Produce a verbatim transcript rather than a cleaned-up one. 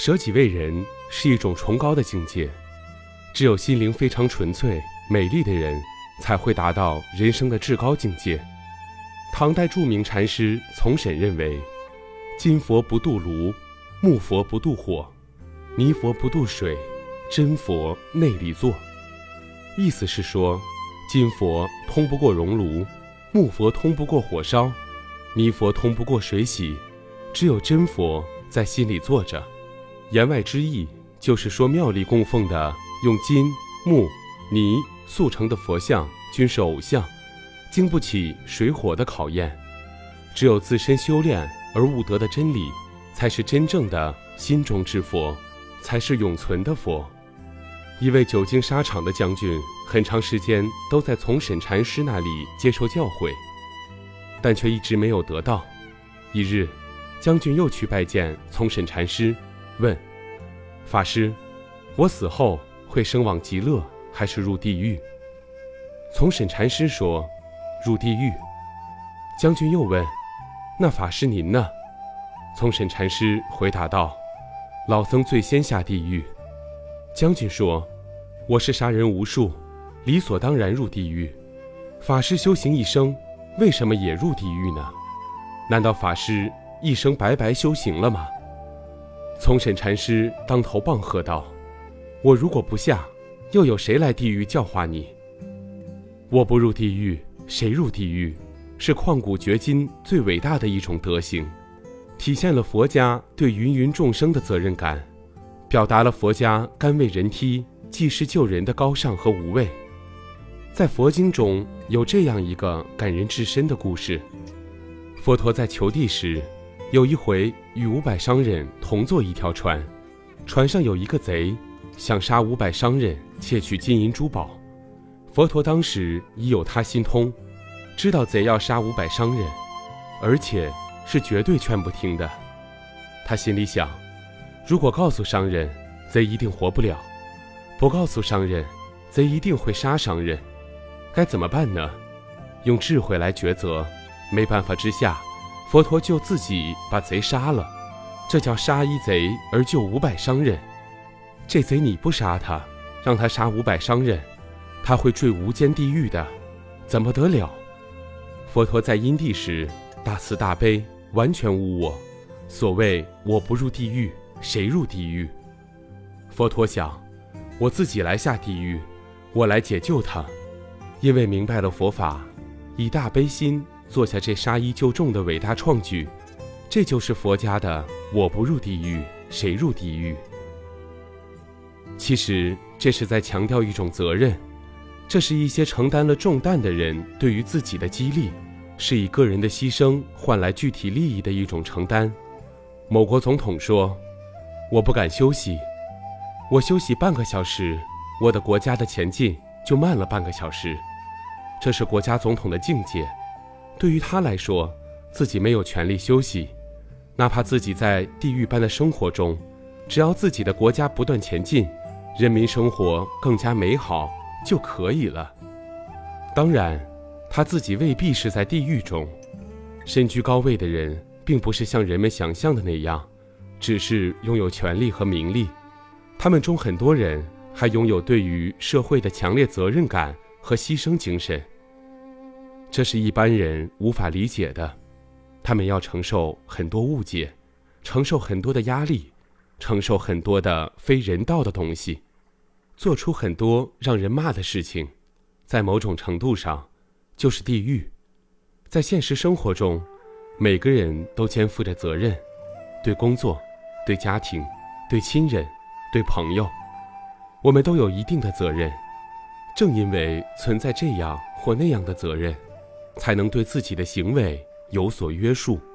舍己为人是一种崇高的境界，只有心灵非常纯粹美丽的人才会达到人生的至高境界。唐代著名禅师从沈认为，金佛不渡炉，木佛不渡火，泥佛不渡水，真佛内里坐。意思是说，金佛通不过熔炉，木佛通不过火烧，泥佛通不过水洗，只有真佛在心里坐着。言外之意就是说，庙里供奉的用金、木、泥塑成的佛像均是偶像，经不起水火的考验。只有自身修炼而悟得的真理，才是真正的心中之佛，才是永存的佛。一位久经沙场的将军，很长时间都在从沈禅师那里接受教诲，但却一直没有得到。一日，将军又去拜见从沈禅师，问：法师，我死后会升往极乐还是入地狱？从沈禅师说：入地狱。将军又问：那法师您呢？从沈禅师回答道：老僧最先下地狱。将军说：我是杀人无数，理所当然入地狱。法师修行一生，为什么也入地狱呢？难道法师一生白白修行了吗？从沈禅师当头棒喝道：我如果不下，又有谁来地狱教化你？我不入地狱，谁入地狱？是旷古绝今最伟大的一种德行，体现了佛家对芸芸众生的责任感，表达了佛家甘为人梯、济世救人的高尚和无畏。在佛经中有这样一个感人至深的故事：佛陀在求地时，有一回与五百商人同坐一条船，船上有一个贼想杀五百商人，窃取金银珠宝。佛陀当时已有他心通，知道贼要杀五百商人，而且是绝对劝不听的。他心里想，如果告诉商人，贼一定活不了；不告诉商人，贼一定会杀商人。该怎么办呢？用智慧来抉择。没办法之下，佛陀就自己把贼杀了，这叫杀一贼而救五百商人。这贼你不杀他，让他杀五百商人，他会坠无间地狱的，怎么得了？佛陀在因地时大慈大悲，完全无我。所谓我不入地狱，谁入地狱？佛陀想，我自己来下地狱，我来解救他。因为明白了佛法，以大悲心做下这杀一救众的伟大创举，这就是佛家的我不入地狱，谁入地狱？其实这是在强调一种责任，这是一些承担了重担的人对于自己的激励，是以个人的牺牲换来具体利益的一种承担。某国总统说，我不敢休息，我休息半个小时，我的国家的前进就慢了半个小时。这是国家总统的境界。对于他来说，自己没有权利休息，哪怕自己在地狱般的生活中，只要自己的国家不断前进，人民生活更加美好就可以了。当然，他自己未必是在地狱中。身居高位的人并不是像人们想象的那样，只是拥有权力和名利。他们中很多人还拥有对于社会的强烈责任感和牺牲精神，这是一般人无法理解的。他们要承受很多误解，承受很多的压力，承受很多的非人道的东西，做出很多让人骂的事情，在某种程度上就是地狱。在现实生活中，每个人都肩负着责任，对工作，对家庭，对亲人，对朋友，我们都有一定的责任。正因为存在这样或那样的责任，才能对自己的行为有所约束。